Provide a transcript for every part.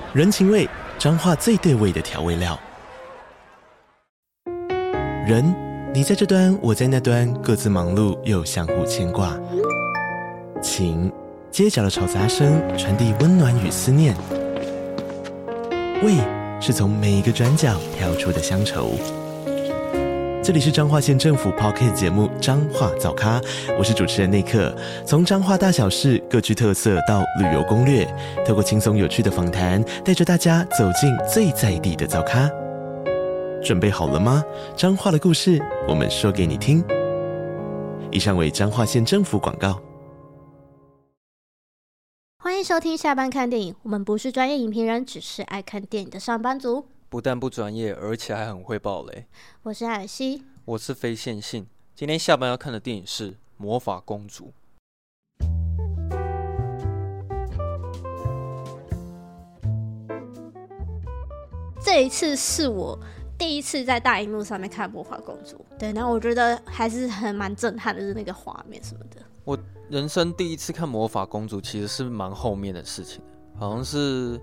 人情味，彰化最对味的调味料。人，你在这端，我在那端，各自忙碌又相互牵挂。情，街角的吵杂声传递温暖与思念。味，是从每一个转角跳出的乡愁。这里是彰化县政府 Podcast 节目《彰化早咖》，我是主持人内克。从彰化大小事各具特色到旅游攻略，透过轻松有趣的访谈，带着大家走进最在地的早咖。准备好了吗？彰化的故事，我们说给你听。以上为彰化县政府广告。 欢迎收听下班看电影，我们不是专业影评人，只是爱看电影的上班族。 不但不专业，而且还很会爆雷。 我是艾尔西， 我是非线性。今天下班要看的电影是《魔法公主》。 这一次是我第一次在大荧幕上面看《魔法公主》，对，然后我觉得还是蛮震撼的，就是那个画面什么的。 我人生第一次看《魔法公主》其实是蛮后面的事情，好像是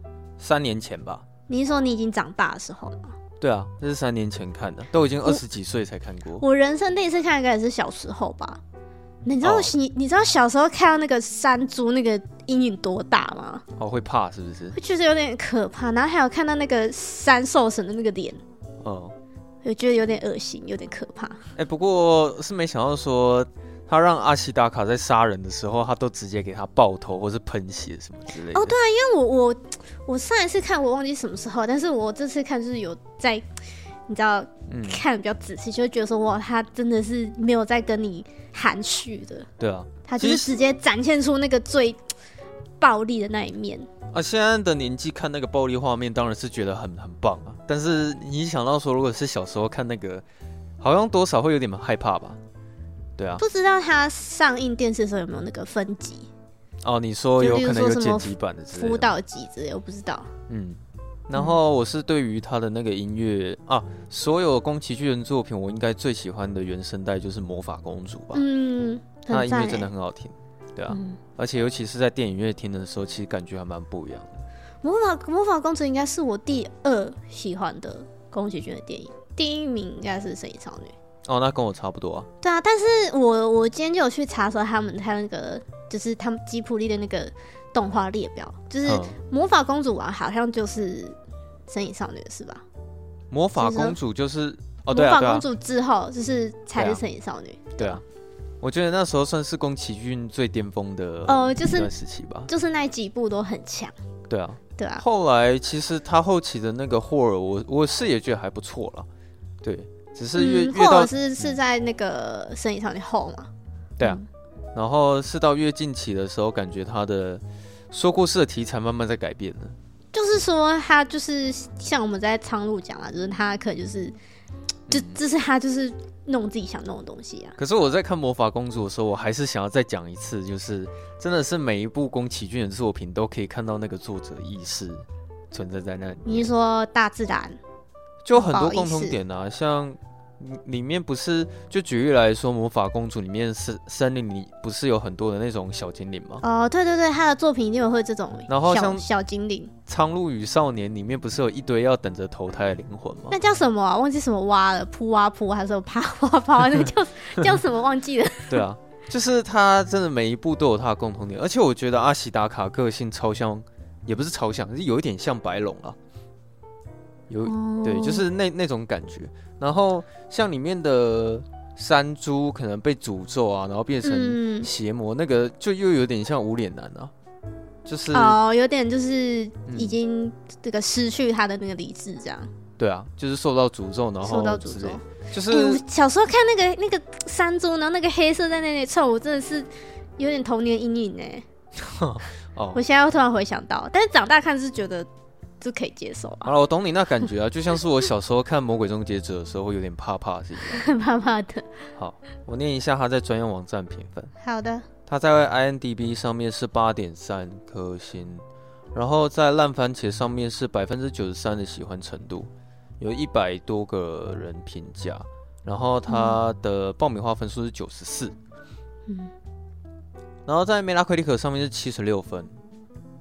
3年前吧。 你是说你已经长大的时候吗？ 对啊，这是3年前看的，都已经20几岁才看过。 我人生第一次看应该也是小时候吧。你知道、你知道小时候看到那个山猪那个阴影多大吗？ 会怕是不是？ 会觉得有点可怕，然后还有看到那个三兽神的那个脸，我觉得有点恶心，有点可怕。 不过是没想到说他让阿西达卡在杀人的时候，他都直接给他爆头或是喷血什么之类的。 对啊，因为我上一次看我忘记什么时候，但是我这次看就是有在，你知道，看得比较仔细，就会觉得说哇，他真的是没有在跟你含蓄的。 对啊， 他就是直接展现出那个最暴力的那一面。 现在的年纪看那个暴力画面，当然是觉得很棒啊。但是你想到说，如果是小时候看那个，好像多少会有点害怕吧？对啊， 不知道他上映电视的时候有没有那个分级？ 你说有可能有剪辑版的之类的， 辅导级之类的，我不知道。 然后我是对于他的那个音乐所有宫崎骏作品，我应该最喜欢的原声带就是《魔法公主》吧。他的音乐真的很好听，对啊，而且尤其是在电影院听的时候，其实感觉还蛮不一样的。 魔法公主应该是我第2喜欢的宫崎骏的电影，第1名应该是《神隐少女》。 那跟我差不多啊。 对啊，但是我今天就有去查说他们那个就是他们吉卜力的那个动画列表，就是魔法公主好像就是神隐少女的是吧？ 魔法公主就是魔法公主之后就是才是神隐少女。 对啊，我觉得那时候算是宫崎骏最巅峰的就是一段时期吧， 就是那几部都很强。 对啊， 对啊。 后来其实他后期的那个霍尔，我是也觉得还不错啦。对。只是越或者是在那个神隐少女后嘛， 对啊，然后是到越近期的时候，感觉他的说故事的题材慢慢在改变了。 就是说，他就是像我们在苍鹭讲啊，就是他可能就是他就是弄自己想弄的东西啊。 可是我在看《魔法公主》的时候，我还是想要再讲一次，就是真的是每一部宫崎骏的作品都可以看到那个作者意识存在在那里。 你是说大自然？ 就很多共同点啊，像里面不是就举例来说，《魔法公主》里面森林里不是有很多的那种小精灵吗？ 对对对，他的作品一定会这种然后像小精灵。 《苍鹭与少年》里面不是有一堆要等着投胎的灵魂吗？ 那叫什么啊？忘记什么蛙了，扑啊扑还是什么啪啪啪？那个叫什么忘记了？ 对啊，就是他真的每一部都有他的共同点，而且我觉得阿喜达卡个性超像，也不是超像，是有一点像白龙啊。对，就是那种感觉。然后像里面的山猪可能被诅咒啊，然后变成邪魔，那个就又有点像无脸男啊，就是有点就是已经这个失去他的那个理智这样。 对啊，就是受到诅咒，然后受到诅咒。 就是我小时候看那个山猪，然后那个黑色在那里臭，我真的是有点童年阴影哎。我现在又突然回想到，但是长大看是觉得。就可以接受好了，我懂你那感觉啊，就像是我小时候看《魔鬼终结者》的时候会有点怕怕是一样。 怕怕的。 好，我念一下他在专用网站评分。 好的。 他在 IMDB 上面是 8.3 颗星，然后在烂番茄上面是 93% 的喜欢程度，有100多个人评价，然后他的爆米花分数是94。然后在 Metacritic 上面是76分。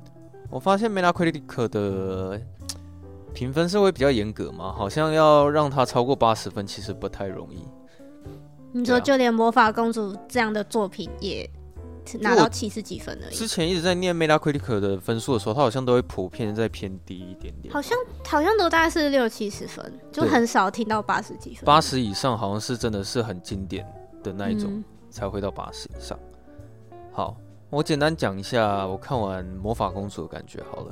我发现 Metacritic 的评分是会比较严格嘛，好像要让它超过80分，其实不太容易。 你说就连魔法公主这样的作品也拿到70几分而已。 之前一直在念 Metacritic 的分数的时候，它好像都会普遍在偏低一点点， 好像都大概是60-70分，就很少听到80几分。 80以上好像是真的是很经典的那一种，才会到80以上。好，我简单讲一下我看完魔法公主的感觉好了，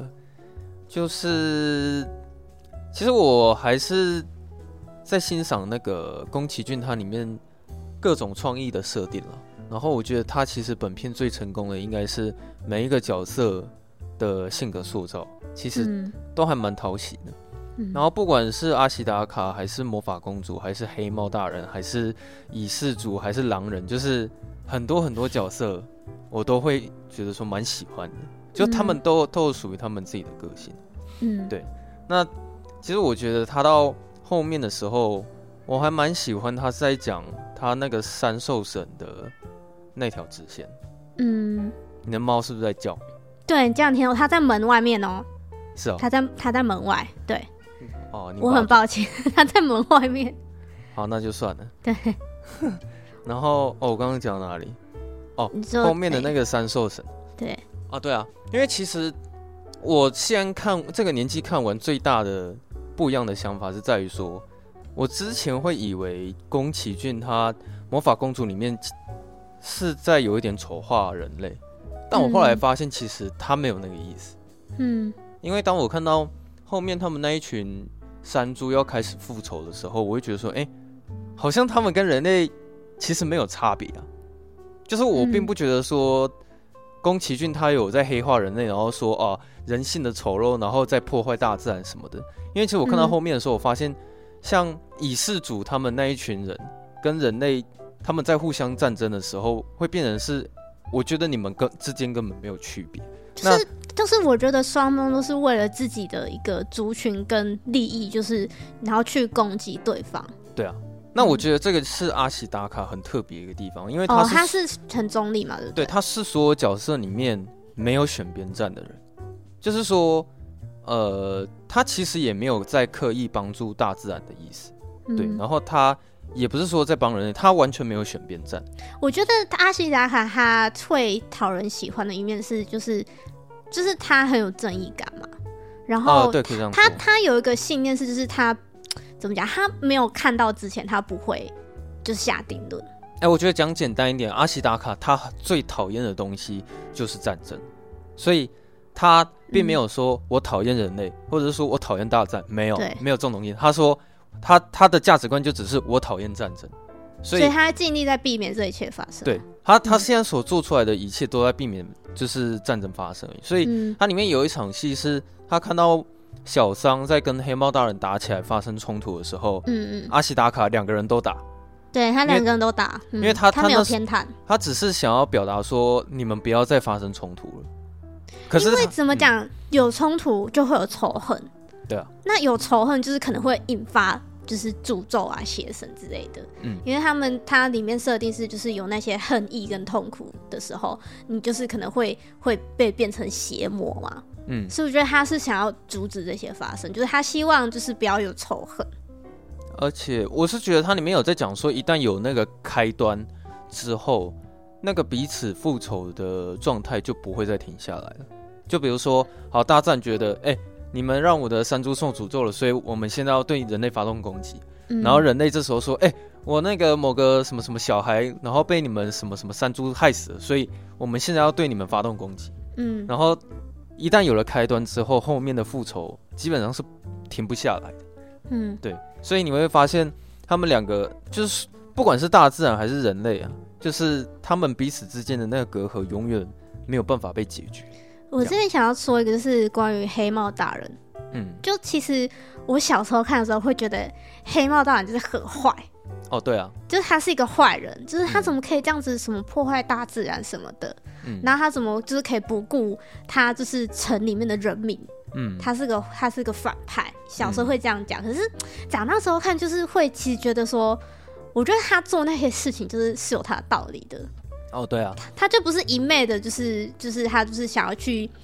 就是其实我还是在欣赏那个宫崎骏它里面各种创意的设定了，然后我觉得他其实本片最成功的应该是每一个角色的性格塑造，其实都还蛮讨喜的。然后不管是阿西达卡，还是魔法公主，还是黑猫大人，还是蚁氏族，还是狼人，就是很多很多角色，我都会觉得说蛮喜欢的，就他们都有属于他们自己的个性。对。那其实我觉得他到后面的时候，我还蛮喜欢他在讲他那个三兽神的那条直线。你的猫是不是在叫？ 对，你这样听到他在门外面哦。 是哦， 他在门外，对。 我很抱歉，他在门外面。 好，那就算了。 对。 然后我刚刚讲哪里？后面的那个三兽神。 对。 对啊，因为其实我现在看这个年纪看完最大的不一样的想法是在于说，我之前会以为宫崎骏他魔法公主里面是在有一点丑化人类，但我后来发现其实他没有那个意思。因为当我看到后面他们那一群山猪要开始复仇的时候，我会觉得说，好像他们跟人类其实没有差别啊。就是我并不觉得说宫崎骏他有在黑化人类，然后说人性的丑陋，然后再破坏大自然什么的。因为其实我看到后面的时候，我发现像蚁氏族他们那一群人跟人类他们在互相战争的时候，会变成是我觉得你们之间根本没有区别。 就是我觉得双方都是为了自己的一个族群跟利益，就是然后去攻击对方。 对啊，那我觉得这个是阿西达卡很特别一个地方，因为他是很中立嘛，对不对？ 对，他是所有角色里面没有选边站的人，就是说，他其实也没有在刻意帮助大自然的意思，对，然后他也不是说在帮人类，他完全没有选边站。 我觉得阿西达卡他会讨人喜欢的一面是，就是他很有正义感嘛，然后对，可以这样说。 他有一个信念是，就是他怎么讲，他没有看到之前，他不会就是下定论。 我觉得讲简单一点，阿西达卡他最讨厌的东西就是战争，所以他并没有说我讨厌人类，或者是说我讨厌大战，没有这种东西。他说他的价值观就只是我讨厌战争，所以他尽力在避免这一切发生。 对，他现在所做出来的一切都在避免就是战争发生而已。所以他里面有一场戏是他看到小桑在跟黑猫大人打起来发生冲突的时候，阿西达卡两个人都打， 对，他两个人都打， 因为他没有偏袒， 他只是想要表达说你们不要再发生冲突了。可是因为怎么讲，有冲突就会有仇恨， 对啊， 那有仇恨就是可能会引发就是诅咒啊、邪神之类的。因为它里面设定是就是有那些恨意跟痛苦的时候，你就是可能会被变成邪魔嘛。所以我觉得他是想要阻止这些发生，就是他希望就是不要有仇恨。 而且我是觉得它里面有在讲说，一旦有那个开端之后，那个彼此复仇的状态就不会再停下来了。就比如说，好，大战觉得，你们让我的山猪受诅咒了，所以我们现在要对人类发动攻击。然后人类这时候说，我那个某个什么什么小孩，然后被你们什么什么山猪害死了，所以我们现在要对你们发动攻击。然后一旦有了开端之后，后面的复仇基本上是停不下来的。对，所以你会发现他们两个就是不管是大自然还是人类啊，就是他们彼此之间的那个隔阂永远没有办法被解决。 我之前想要说一个，就是关于黑帽大人。就其实我小时候看的时候会觉得黑帽大人就是很坏。 对啊， 就是他是一个坏人，就是他怎么可以这样子什么破坏大自然什么的。然后他怎么就是可以不顾他就是城里面的人民。他是个反派，小时候会这样讲。可是长大时候看，就是会其实觉得说，我觉得他做那些事情是有他的道理的。 对啊， 他就不是一昧的，就是他就是想要去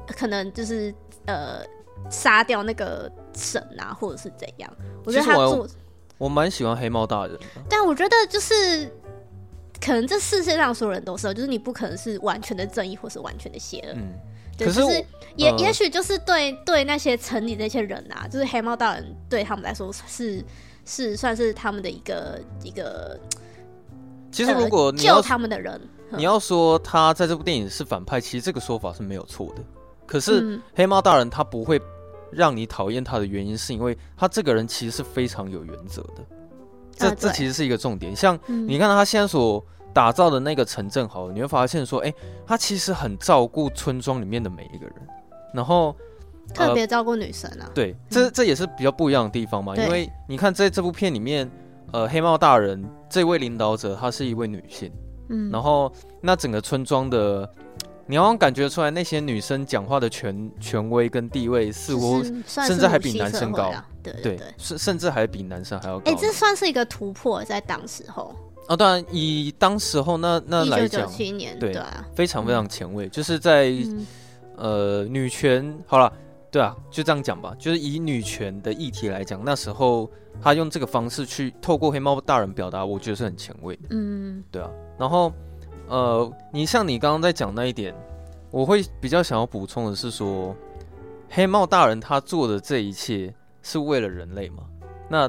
可能就是杀掉那个神啊，或者是怎样。我觉得他做， 我蛮喜欢黑猫大人的。 但我觉得就是可能这世界上所有人都是，就是你不可能是完全的正义或是完全的邪恶。对，可是就是也许就是对那些城里那些人啊，就是黑猫大人对他们来说是算是他们的一个。 其实如果你要救他们的人， 你要说他在这部电影是反派，其实这个说法是没有错的。可是黑猫大人他不会让你讨厌他的原因，是因为他这个人其实是非常有原则的。这其实是一个重点。像你看他现在所打造的那个城镇好了，你会发现说，他其实很照顾村庄里面的每一个人，然后特别照顾女生啊。 对，这也是比较不一样的地方嘛。因为你看在这部片里面，黑猫大人这位领导者，她是一位女性，然后那整个村庄的，你好像感觉出来那些女生讲话的权威跟地位，似乎甚至还比男生高。对，甚至还比男生还要高。 这算是一个突破，在当时候。 当然，以当时候那来讲 ，1997年， 对啊，非常非常前卫，就是在女权，好了，对啊，就这样讲吧，就是以女权的议题来讲，那时候他用这个方式去透过黑猫大人表达，我觉得是很前卫的。对啊。然后你像你刚刚在讲那一点，我会比较想要补充的是说，黑猫大人他做的这一切是为了人类嘛？那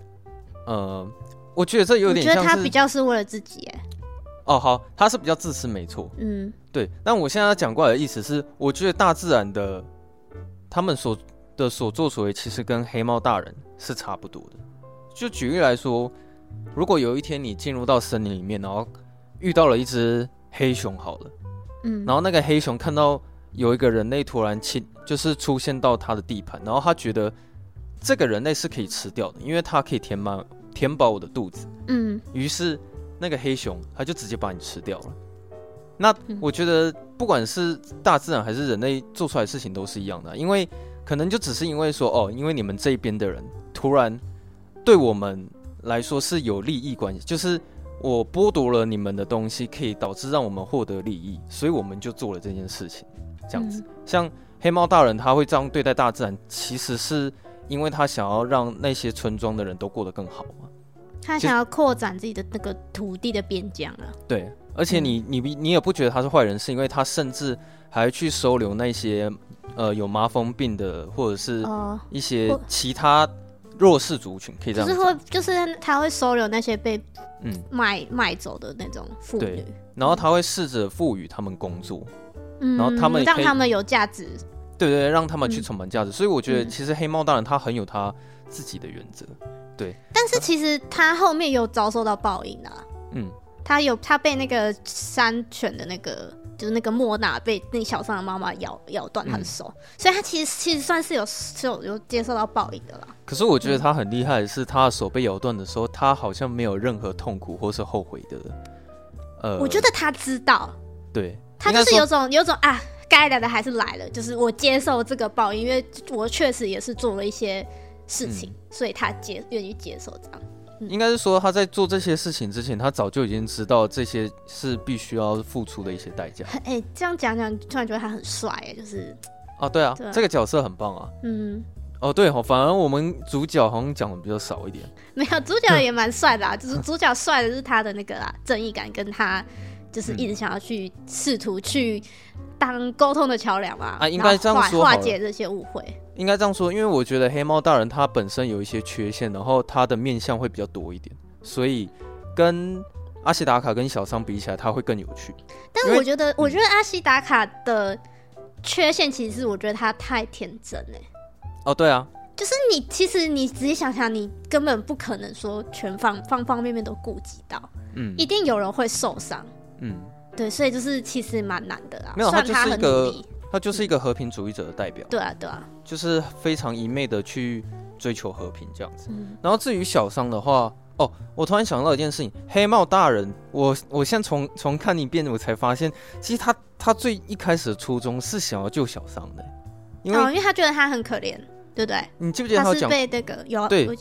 我觉得这有点像是， 我觉得他比较是为了自己好，他是比较自私，没错。对。但我现在要讲过来的意思是，我觉得大自然的他们所作所为，其实跟黑猫大人是差不多的。就举例来说，如果有一天你进入到森林里面，然后遇到了一只黑熊，好了，然後那个黑熊看到有一个人类突然就是出现到他的地盘，然后他觉得这个人类是可以吃掉的，因为他可以填饱我的肚子。于是那个黑熊他就直接把你吃掉了。那我觉得不管是大自然还是人类做出来的事情都是一样的，因为可能就只是因为说因为你们这一边的人突然对我们来说是有利益关系，就是我剥夺了你们的东西，可以导致让我们获得利益，所以我们就做了这件事情，这样子。像黑猫大人他会这样对待大自然，其实是因为他想要让那些村庄的人都过得更好嘛。 他想要扩展自己的那个土地的边疆了。 对，而且你也不觉得他是坏人，是因为他甚至还去收留那些有麻风病的，或者是一些其他弱势族群，可以这样讲。 就是他会收留那些被卖走的那种妇女。对， 然后他会试着赋予他们工作，然后他们让他们有价值。 对，让他们去充满价值。所以我觉得其实黑猫大人他很有他自己的原则。对， 但是其实他后面有遭受到报应啊。他被那个山犬的那个就是那个莫娜被那小桑的妈妈咬断他的手，所以他其实算是有接受到报应的啦。 可是我觉得他很厉害的是，他的手被咬断的时候，他好像没有任何痛苦或是后悔的。 我觉得他知道， 对， 他就是有种该来的还是来了，就是我接受这个报应，因为我确实也是做了一些事情，所以他愿意接受这样。 应该是说他在做这些事情之前，他早就已经知道这些是必须要付出的一些代价。 这样讲突然觉得他很帅就是对啊，这个角色很棒啊。对，反而我们主角好像讲的比较少一点。 没有，主角也蛮帅的啊，就是主角帅的是他的那个正义感，跟他就是一直想要去试图去当沟通的桥梁嘛。应该这样说，化解这些误会。 应该这样说，因为我觉得黑猫大人他本身有一些缺陷，然后他的面向会比较多一点，所以跟阿西达卡跟小桑比起来，他会更有趣。 但我觉得阿西达卡的缺陷其实是我觉得他太天真对啊， 就是其实你仔细想想，你根本不可能说全方面面都顾及到，一定有人会受伤，对，所以就是其实蛮难的啦。 没有，他就是一个。他就是一个和平主义者的代表。 对啊， 就是非常一昧的去追求和平这样子。然后至于小桑的话，我突然想到一件事情，黑猫大人，我现在重看一遍，我才发现，其实他最一开始的初衷是想要救小桑的，因为他觉得他很可怜，对不对？ 你记不记得他讲被那个有？ 对， 我记得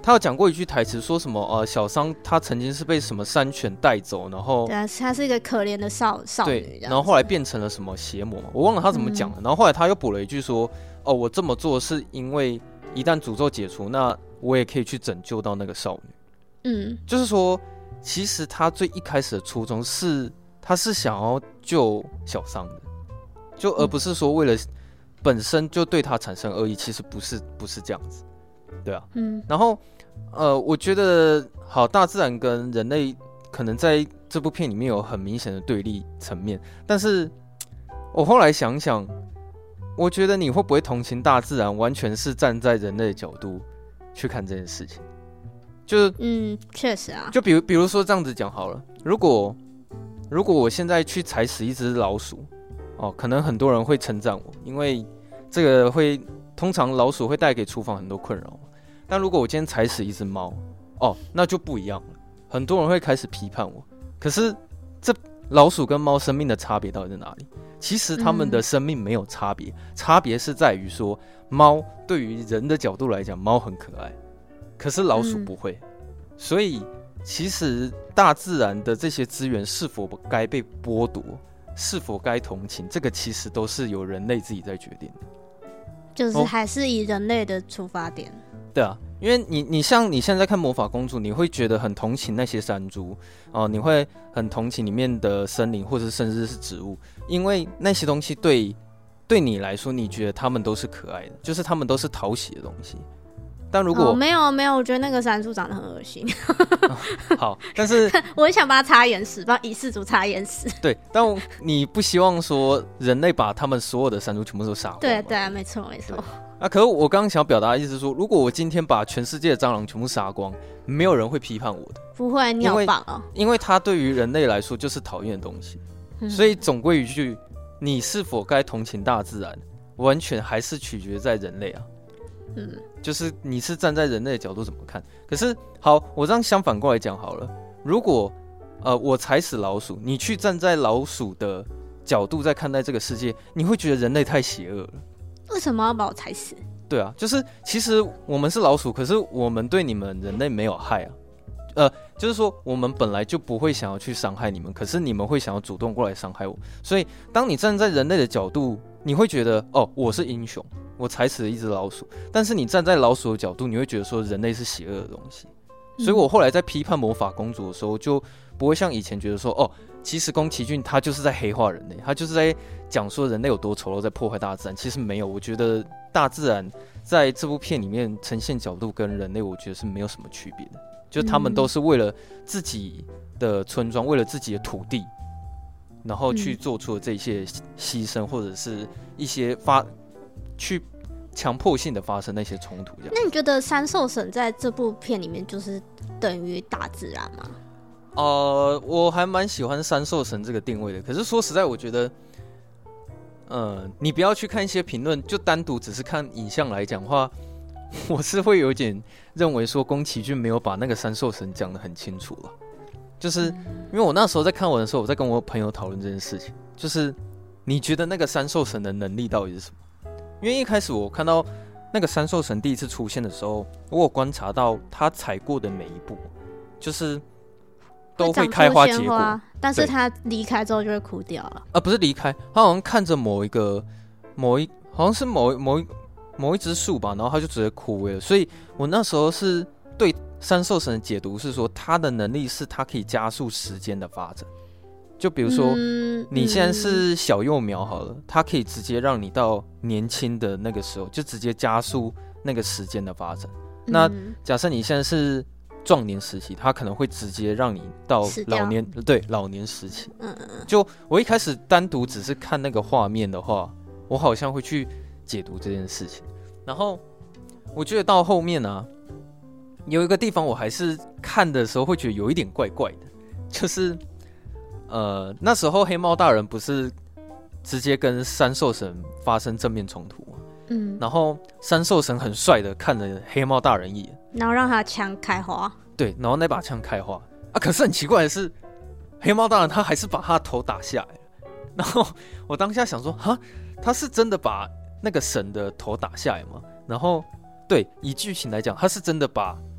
他有讲过一句台词，说什么小桑他曾经是被什么山犬带走，然后对啊，他是一个可怜的少女， 然后后来变成了什么邪魔嘛，我忘了他怎么讲了。然后后来他又补了一句说，我这么做是因为一旦诅咒解除，那我也可以去拯救到那个少女。就是说，其实他最一开始的初衷是，他是想要救小桑的，就而不是说为了本身就对他产生恶意，其实不是这样子，对啊。然后我觉得好，大自然跟人类可能在这部片里面有很明显的对立层面，但是我后来想想，我觉得你会不会同情大自然，完全是站在人类的角度去看这件事情。就是确实啊。 就比如说这样子讲好了，如果我现在去踩死一只老鼠，可能很多人会称赞我，因为这个通常老鼠会带给厨房很多困扰。但如果我今天踩死一只猫，那就不一样了，很多人会开始批判我。可是这老鼠跟猫生命的差别到底在哪里？其实他们的生命没有差别，差别是在于说，猫对于人的角度来讲，猫很可爱，可是老鼠不会。所以其实大自然的这些资源是否该被剥夺，是否该同情，这个其实都是由人类自己在决定的， 就是还是以人类的出发点。 对啊，因为你像你现在看魔法公主，你会觉得很同情那些山猪你会很同情里面的森林，或者甚至是植物，因为那些东西对你来说，你觉得他们都是可爱的，就是他们都是讨喜的东西。但如果没有，我觉得那个山猪长得很恶心。 好，但是我很想帮他擦眼屎，帮遗世族擦眼屎。 对，但你不希望说人类把他们所有的山猪全部都杀光。 对啊，没错。 可是我刚刚想要表达的意思是说，如果我今天把全世界的蟑螂全部杀光，没有人会批判我的。 不会，你好棒哦。 因为它对于人类来说就是讨厌的东西，所以总归一句，你是否该同情大自然，完全还是取决在人类啊。就是你是站在人类的角度怎么看。可是好，我这样相反过来讲好了，如果我踩死老鼠，你去站在老鼠的角度在看待这个世界，你会觉得人类太邪恶了。 为什么要把我踩死？ 对啊，就是其实我们是老鼠，可是我们对你们人类没有害啊。就是说我们本来就不会想要去伤害你们，可是你们会想要主动过来伤害我。所以当你站在人类的角度，你会觉得我是英雄，我踩死了一只老鼠。但是你站在老鼠的角度，你会觉得说人类是邪恶的东西。所以我后来在批判魔法公主的时候，就不会像以前觉得说其实宫崎骏他就是在黑化人类，他就是在讲说人类有多丑陋，在破坏大自然。其实没有，我觉得大自然在这部片里面呈现角度跟人类，我觉得是没有什么区别的。就他们都是为了自己的村庄，为了自己的土地，然后去做出了这些牺牲，或者是一些去强迫性的发生那些冲突。 那你觉得三兽神在这部片里面就是等于大自然吗？ 我还蛮喜欢三兽神这个定位的。可是说实在，我觉得你不要去看一些评论，就单独只是看影像来讲的话，我是会有点认为说宫崎骏没有把那个三兽神讲得很清楚了。就是因为我那时候在看完的时候，我在跟我朋友讨论这件事情，就是你觉得那个三兽神的能力到底是什么？因为一开始我看到那个三兽神第一次出现的时候，我有观察到他踩过的每一步，就是都会开花结果， 但是他离开之后就会枯掉了。 不是离开，他好像看着好像是某一只树吧，然后他就直接枯萎了。所以我那时候是对三兽神的解读是说，他的能力是他可以加速时间的发展。就比如说，你现在是小幼苗好了，它可以直接让你到年轻的那个时候，就直接加速那个时间的发展。那假设你现在是壮年时期，它可能会直接让你到老年时期。就我一开始单独只是看那个画面的话，我好像会去解读这件事情。然后我觉得到后面啊，有一个地方我还是看的时候会觉得有一点怪怪的，就是那时候黑猫大人不是直接跟三兽神发生正面冲突吗？然后三兽神很帅的看了黑猫大人一眼， 然后让他枪开花。对， 然后那把枪开花啊！可是很奇怪的是，黑猫大人他还是把他的头打下来了。然后我当下想说，他是真的把那个神的头打下来吗？然后对，以剧情来讲，他是真的把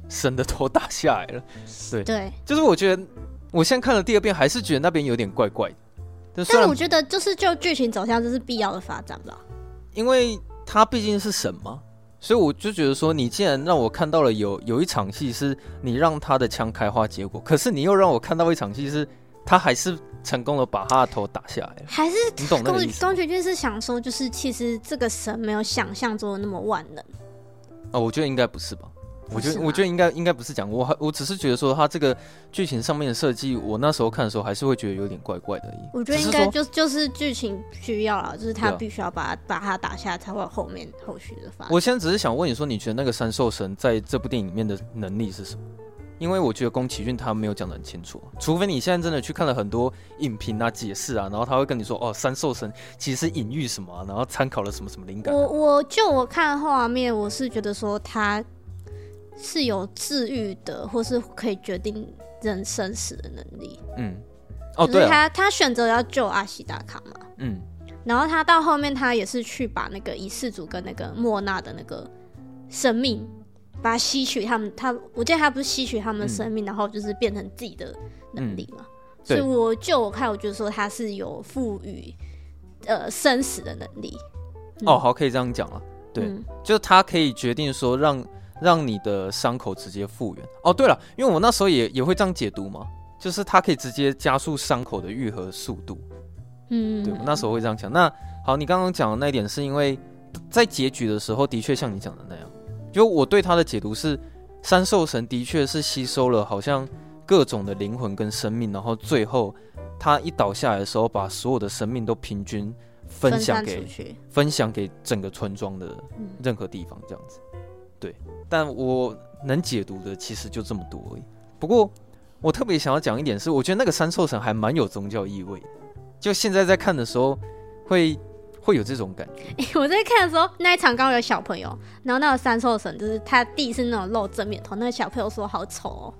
神的头打下来了。 对， 就是我觉得我现在看了第二遍，还是觉得那边有点怪怪的。 但我觉得就是就剧情走向，这是必要的发展吧。 因为他毕竟是神嘛，所以我就觉得说，你既然让我看到了有一场戏是你让他的枪开花结果，可是你又让我看到一场戏是他还是成功的把他的头打下来了， 还是你懂那个意思吗？ 宫崎骏是想说，就是其实这个神没有想象中的那么万能。 我觉得应该不是吧。我觉得应该不是讲，我只是觉得说他这个剧情上面的设计，我那时候看的时候还是会觉得有点怪怪的而已。 我觉得应该就是剧情需要啦，就是他必须要把他打下，才会有后续的发展。 我现在只是想问你说，你觉得那个三兽神在这部电影里面的能力是什么？因为我觉得宫崎骏他没有讲得很清楚，除非你现在真的去看了很多影评啊、解释啊，然后他会跟你说，哦，三兽神其实是隐喻什么啊，然后参考了什么什么灵感啊。 我看画面，我是觉得说他是有治愈的，或是可以决定人生死的能力。 对啊， 他选择要救阿西达卡嘛。然后他到后面，他也是去把那个伊世祖跟那个莫娜的那个生命，把它吸取我记得他不是吸取他们的生命，然后就是变成自己的能力嘛。所以我觉得说他是有赋予生死的能力。 好，可以这样讲啊。对，就是他可以决定说让你的伤口直接复原。对了，因为我那时候也会这样解读嘛，就是它可以直接加速伤口的愈合速度。对，我那时候会这样讲。那好，你刚刚讲的那一点是因为在结局的时候，的确像你讲的那样，就我对他的解读是，三兽神的确是吸收了好像各种的灵魂跟生命，然后最后他一倒下来的时候，把所有的生命都平均分享给整个村庄的任何地方，这样子。对，但我能解读的其实就这么多而已。不过我特别想要讲一点是，我觉得那个三兽神还蛮有宗教意味的，就现在在看的时候会有这种感觉。 我在看的时候，那一场刚刚有小朋友，然后那个三兽神就是他弟是那种露正面头，那个小朋友说好丑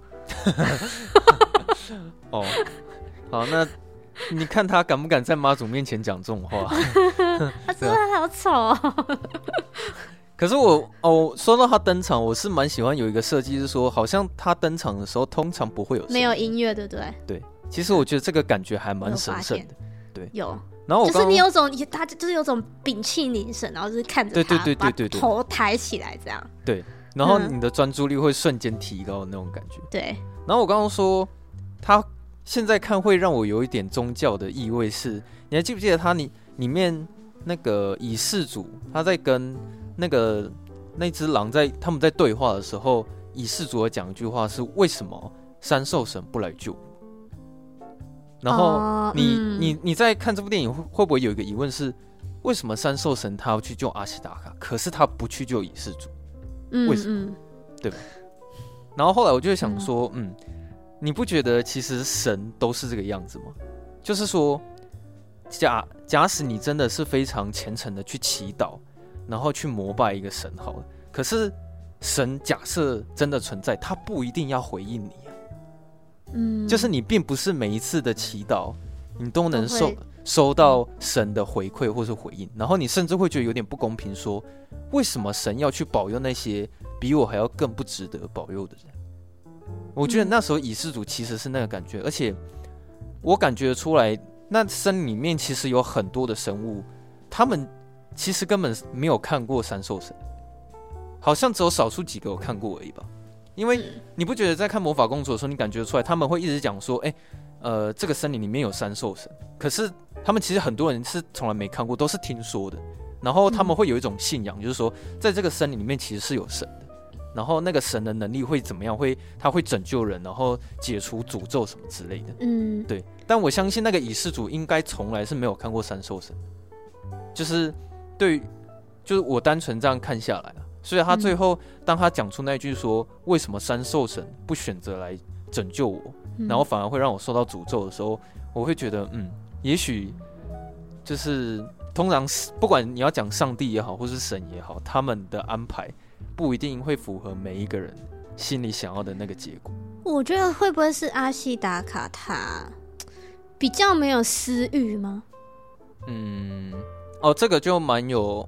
哦。好，那你看他敢不敢在妈祖面前讲这种话？ 他说他好丑哦。 可是我说到他登场，我是蛮喜欢有一个设计，是说好像他登场的时候通常不会有没有音乐，对不对？ 对，其实我觉得这个感觉还蛮神圣的。对， 有。 然后就是你有种，他就是有种屏气凝神，然后就是看着他， 对， 把头抬起来这样。 对，然后你的专注力会瞬间提高的那种感觉。 对。 然后我刚刚说，他现在看会让我有一点宗教的意味是，你还记不记得他里面那个以世主他在跟那只狼他们在对话的时候，以世主有讲一句话是为什么三兽神不来救我？然后你在看这部电影会不会有一个疑问是，为什么三兽神他要去救阿西达卡，可是他不去救以世主？为什么？对吧？然后后来我就想说，你不觉得其实神都是这个样子吗？就是说，假使你真的是非常虔诚的去祈祷，然后去膜拜一个神好了，可是神假设真的存在，他不一定要回应你啊。就是你并不是每一次的祈祷，你都能收到神的回馈或是回应，然后你甚至会觉得有点不公平，说为什么神要去保佑那些比我还要更不值得保佑的人？我觉得那时候以世主其实是那个感觉，而且我感觉出来，那森林里面其实有很多的生物，他们其实根本没有看过三兽神，好像只有少数几个有看过而已吧。因为你不觉得在看魔法公主的时候，你感觉出来他们会一直讲说，这个森林里面有三兽神，可是他们其实很多人是从来没看过，都是听说的。然后他们会有一种信仰，就是说在这个森林里面其实是有神的，然后那个神的能力会怎么样？他会拯救人，然后解除诅咒什么之类的。对。但我相信那个以世主应该从来是没有看过三兽神，就是我单纯这样看下来。所以他最后当他讲出那句说为什么三兽神不选择来拯救我，然后反而会让我受到诅咒的时候，我会觉得也许就是通常不管你要讲上帝也好或是神也好，他们的安排不一定会符合每一个人心里想要的那个结果。 我觉得会不会是阿西达卡他比较没有私欲吗？ 这个就蛮有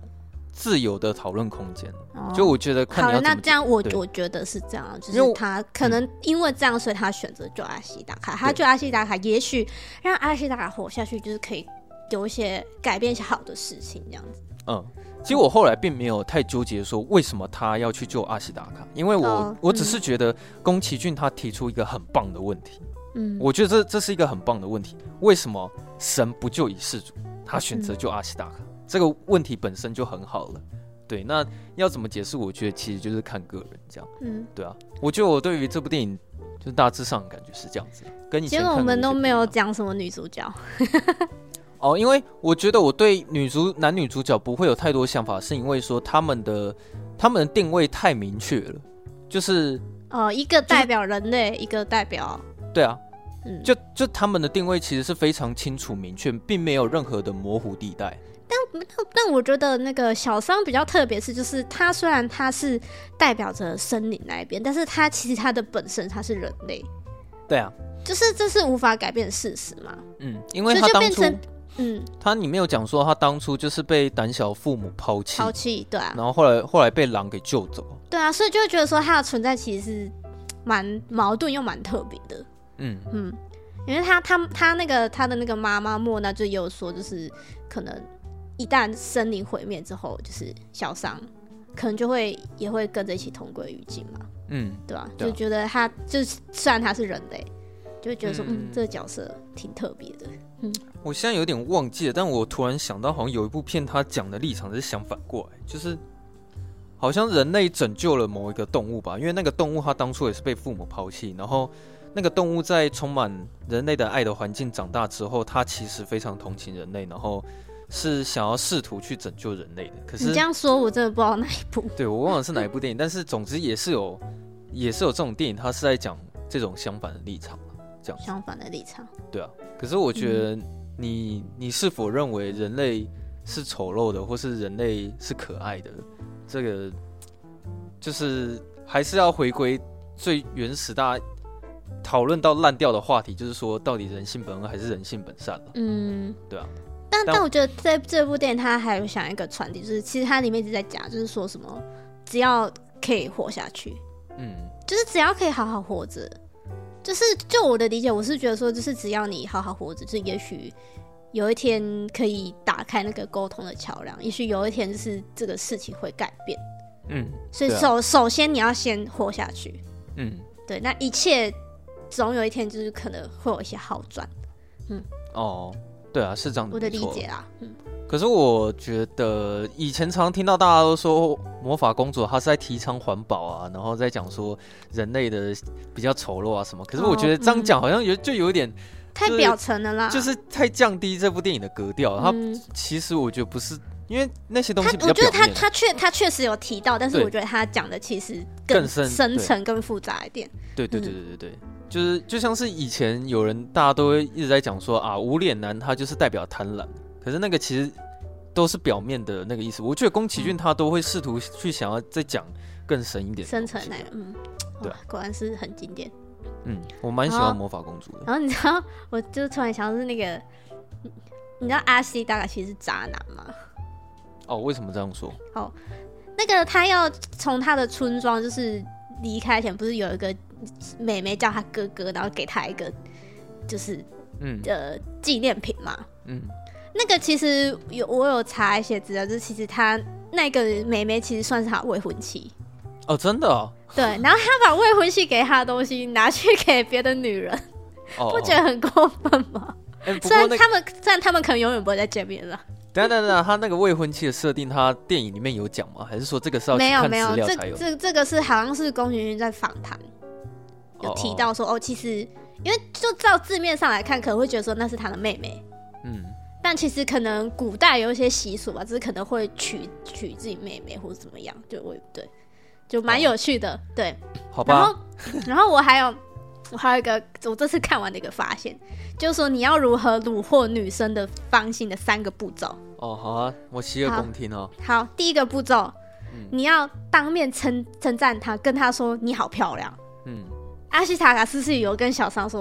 自由的讨论空间。就我觉得看你要怎么。 好了，那这样我觉得是这样，就是他可能因为这样，所以他选择救阿西达卡。他救阿西达卡，也许让阿西达卡活下去，就是可以有一些改变一些好的事情，这样子。 其实我后来并没有太纠结说为什么他要去救阿西达卡，因为我只是觉得宫崎骏他提出一个很棒的问题。我觉得这是一个很棒的问题。为什么神不救以世主，他选择救阿西达卡？这个问题本身就很好了。对，那要怎么解释？我觉得其实就是看个人这样。对啊，我觉得我对于这部电影就是大致上的感觉是这样子，跟以前看的结果我们都没有讲什么女主角。 因为我觉得我对男女主角不会有太多想法，是因为说他们的定位太明确了，就是一个代表人类，一个代表。 对啊，就他们的定位其实是非常清楚明确，并没有任何的模糊地带。 但我觉得那个小桑比较特别是，就是他虽然他是代表着森林那一边，但是他其实他的本身他是人类。 对啊， 就是这是无法改变的事实嘛。 因为他当初他里面有讲说他当初就是被胆小父母抛弃，对啊，然后后来被狼给救走。 对啊，所以就会觉得说他的存在其实是蛮矛盾又蛮特别的。因为他的那个妈妈莫娜就也有说，就是可能一旦森林毁灭之后，就是小桑可能也会跟着一起同归于尽嘛。对吧？就觉得他就是虽然他是人类，就会觉得说这个角色挺特别的。 我现在有点忘记了，但我突然想到，好像有一部片他讲的立场是相反过来，就是好像人类拯救了某一个动物吧，因为那个动物它当初也是被父母抛弃，然后那个动物在充满人类的爱的环境长大之后，它其实非常同情人类，然后是想要试图去拯救人类的。可是你这样说，我真的不知道哪一部。 对，我忘了是哪一部电影，但是总之也是有这种电影，它是在讲这种相反的立场，这样相反的立场。 对啊，可是我觉得你是否认为人类是丑陋的，或是人类是可爱的？这个就是还是要回归最原始，大家讨论到烂掉的话题，就是说到底人性本恶还是人性本善了？对啊。 但我觉得在这部电影，它还有想一个传递，就是其实它里面一直在讲，就是说什么只要可以活下去，就是只要可以好好活着，就我的理解，我是觉得说，就是只要你好好活着，就是也许有一天可以打开那个沟通的桥梁，也许有一天就是这个事情会改变。所以首先你要先活下去。对，那一切总有一天就是可能会有一些好转。 对啊，是这样的， 我的理解啦。 可是我觉得以前常听到大家都说魔法公主她是在提倡环保啊，然后在讲说人类的比较丑陋啊什么。可是我觉得这样讲好像就有点太表层了啦， 就是太降低这部电影的格调。它其实我觉得不是，因为那些东西比较表面。 我觉得他确实有提到，但是我觉得他讲的其实更深层、更复杂一点。 对，就像是以前有人大家都会一直在讲说啊，无脸男他就是代表贪婪。可是那个其实都是表面的那个意思。我觉得宫崎骏他都会试图去想要再讲更深一点深层那个。对，果然是很经典。 我蛮喜欢魔法公主的。 然后你知道，我就突然想到是那个，你知道阿西达卡其实是渣男吗？ 为什么这样说？ 那个他要从他的村庄就是离开前，不是有一个妹妹叫他哥哥，然后给他一个就是纪念品嘛。那个其实我有查一些资料，就是其实他那个妹妹其实算是他未婚妻。 真的哦。 对，然后他把未婚妻给他的东西拿去给别的女人，不觉得很过分吗？虽然他们可能永远不会再见面了。 等等，他那个未婚妻的设定，他电影里面有讲吗？还是说这个是要去看资料才有？ 这个是好像是宫崎骏在访谈有提到说，其实因为就照字面上来看，可能会觉得说那是他的妹妹。但其实可能古代有一些习俗吧，就是可能会娶自己妹妹或者怎么样，对，就蛮有趣的。对， 好吧。 然后我还有一个我这次看完的一个发现，就是说你要如何虏获女生的芳心的3个步骤。 好啊，我洗耳恭听哦。 好，第一个步骤，你要当面称赞她，跟她说你好漂亮。阿西塔卡是不是有跟小桑说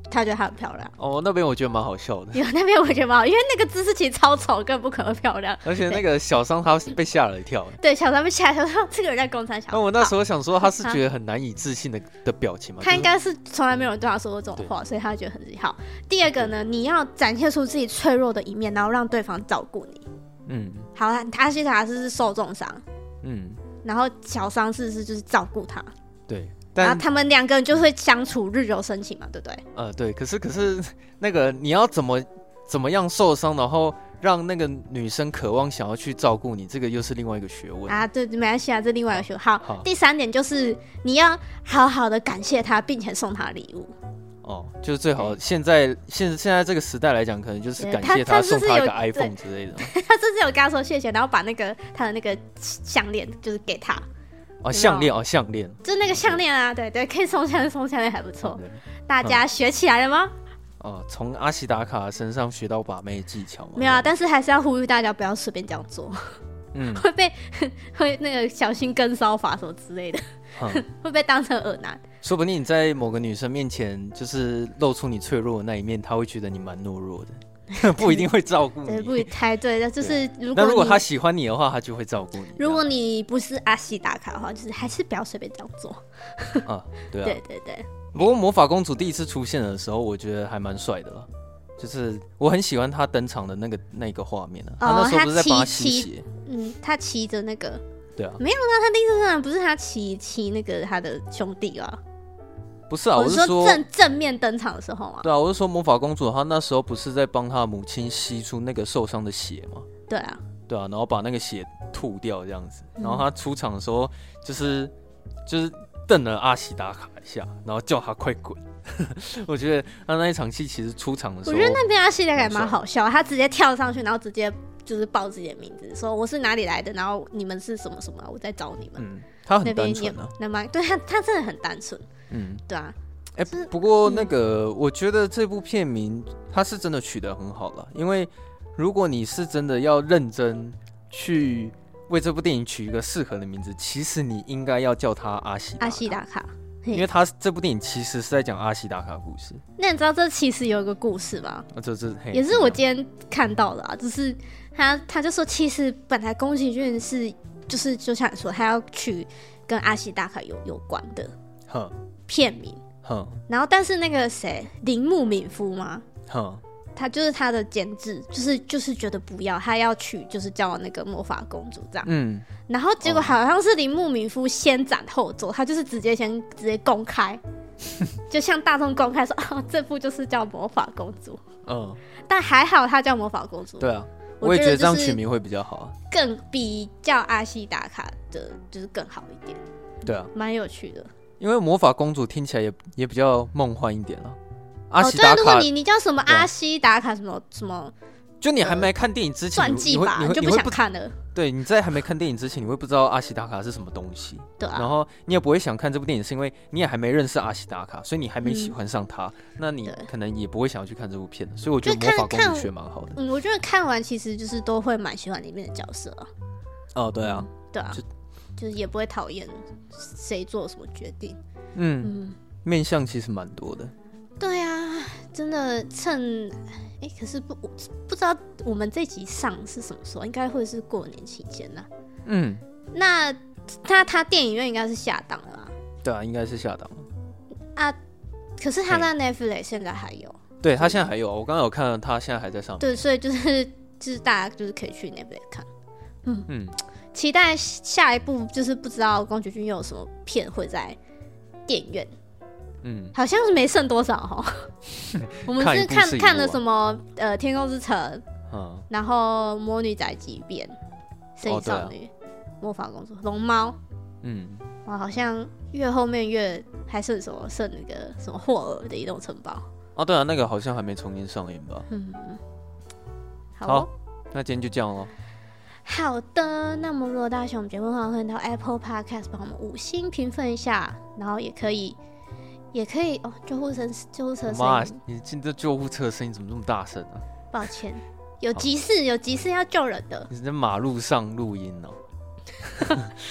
他觉得她很漂亮。 哦，那边我觉得蛮好笑的。 有那边我觉得蛮好，因为那个姿势其实超丑，根本不可能漂亮。 而且那个小桑他被吓了一跳。 对，小桑被吓了一跳，这个人在公三小。 那我那时候想说，他是觉得很难以置信的表情嘛？ 他应该是从来没有人对他说过这种话，所以他觉得很好。第二个呢，你要展现出自己脆弱的一面，然后让对方照顾你。好，阿西达是受重伤，然后小桑就是照顾他。 对。 然后他们两个人就会相处，日久生情嘛，对不对？ 对。可是那个你要怎么样受伤，然后让那个女生渴望想要去照顾你，这个又是另外一个学问啊。对，没关系啊，这另外一个学问。好，第3点就是你要好好的感谢他，并且送他礼物。 就是最好现在这个时代来讲，可能就是感谢他，送他一个 iPhone 之类的。 他甚至有跟他说谢谢，然后把他的那个项链就是给他。 项链就是那个项链啊，对，可以送项链还不错。大家学起来了吗？ 从阿西达卡身上学到把妹技巧吗？ 没有啊，但是还是要呼吁大家不要随便这样做，会那个小心跟骚法什么之类的，会被当成恶男。 说不定你在某个女生面前就是露出你脆弱的那一面，她会觉得你蛮懦弱的。不一定会照顾你， 对，不太对。就是如果他喜欢你的话，他就会照顾你。 如果你不是阿西达卡的话，就是还是不要随便这样做。 对啊， 对。 不过魔法公主第一次出现的时候，我觉得还蛮帅的啦。就是我很喜欢她登场的那个画面啊。她那时候不是在帮她吸血？ 她骑着那个。 对啊。 没有啊，她第一次上来不是她骑那个她的兄弟啊。 不是啊，我是说正面登场的时候啊。 对啊，我是说魔法公主她那时候不是在帮她母亲吸出那个受伤的血吗？ 对啊， 然后把那个血吐掉这样子，然后她出场的时候就是瞪了阿西达卡一下，然后叫她快滚。我觉得她那一场戏其实出场的时候， 我觉得那边阿西达卡蛮好笑，她直接跳上去，然后直接就是报自己的名字，说我是哪里来的，然后你们是什么什么，我在找你们。 她很单纯啊， 对她真的很单纯。对啊， 不过那个，我觉得这部片名它是真的取得很好了，因为如果你是真的要认真去为这部电影取一个适合的名字，其实你应该要叫它阿西达卡，因为它这部电影其实是在讲阿西达卡故事。 那你知道这其实有一个故事吗？也是我今天看到的啊，就是他就说，其实本来宫崎骏是就像你说，他要取跟阿西达卡有关的片名，然后但是那个谁铃木敏夫吗？他就是他的监制，就是觉得不要，他要取就是叫那个魔法公主这样。然后结果好像是铃木敏夫先斩后奏，他就是直接公开，就向大众公开说这部就是叫魔法公主。但还好他叫魔法公主。 对啊，我也觉得这样取名会比较好啊， 更比叫阿西达卡的就是更好一点。 对啊， 蛮有趣的。 因为魔法公主听起来也比较梦幻一点了。阿西达卡， 对，如果你叫什么阿西达卡什么， 就你还没看电影之前， 传记吧，你就不想看了。 对，你在还没看电影之前，你会不知道阿西达卡是什么东西。 对啊。 然后你也不会想看这部电影，是因为你也还没认识阿西达卡，所以你还没喜欢上他，那你可能也不会想要去看这部片。所以我觉得魔法公主学蛮好的。 我觉得看完其实就是都会蛮喜欢里面的角色啊。 对啊。 对啊。就是也不会讨厌谁做什么决定。 面向其实蛮多的。 对啊，真的可是不知道我们这集上是什么时候，应该会是过年期间啦。那他电影院应该是下档了啦。对啊，应该是下档了啊。可是他在 Netflix 现在还有。 对，他现在还有，我刚刚有看到他现在还在上面。 对，所以就是大家就是可以去 Netflix 看。期待下一部，就是不知道宫崎骏又有什么片会在电影院。好像是没剩多少哈。我们是看了什么天空之城，然后魔女宅急便、神隐少女、魔法公主、龙猫，哇，好像越后面越还剩什么剩那个什么霍尔的移动城堡。 对啊，那个好像还没重新上映吧。好，那今天就这样咯。 好的，那么如果大家喜欢我们节目的话，欢迎到 Apple Podcast 帮我们5星评分一下，然后也可以救护车声音。 妈，你进这救护车的声音怎么这么大声啊？ 抱歉，有急事要救人的。 你是在马路上录音哦。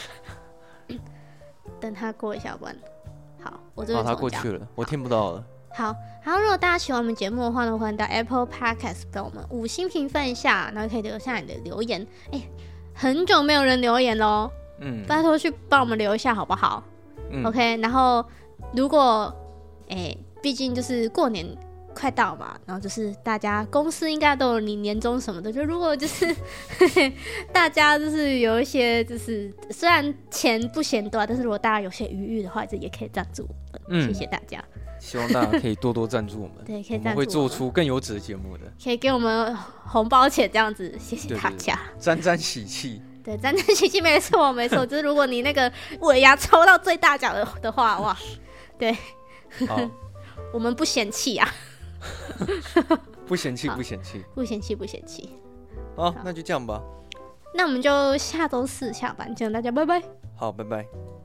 等他过一下关。好，我这边他过去了，我听不到了。 好，然后如果大家喜欢我们节目的话呢，欢迎到 Apple Podcast 帮我们5星评分一下，然后可以留下你的留言。很久没有人留言咯，拜托去帮我们留一下好不好？OK， 然后如果毕竟就是过年快到嘛，然后就是大家公司应该都有领年终什么的，就如果就是大家就是有一些就是虽然钱不嫌多，但是如果大家有些余裕的话，就也可以赞助我们，谢谢大家。 希望大家可以多多赞助我们， 对，可以赞助我们会做出更优质的节目的， 可以给我们红包钱这样子，谢谢大家， 沾沾喜气。 对，沾沾喜气，没错没错，就是如果你那个尾牙抽到最大奖的话，哇，对，我们不嫌弃啊。 不嫌弃，不嫌弃， 不嫌弃，不嫌弃。 好，那就这样吧。 那我们就下周4下班见，大家拜拜。 好，拜拜。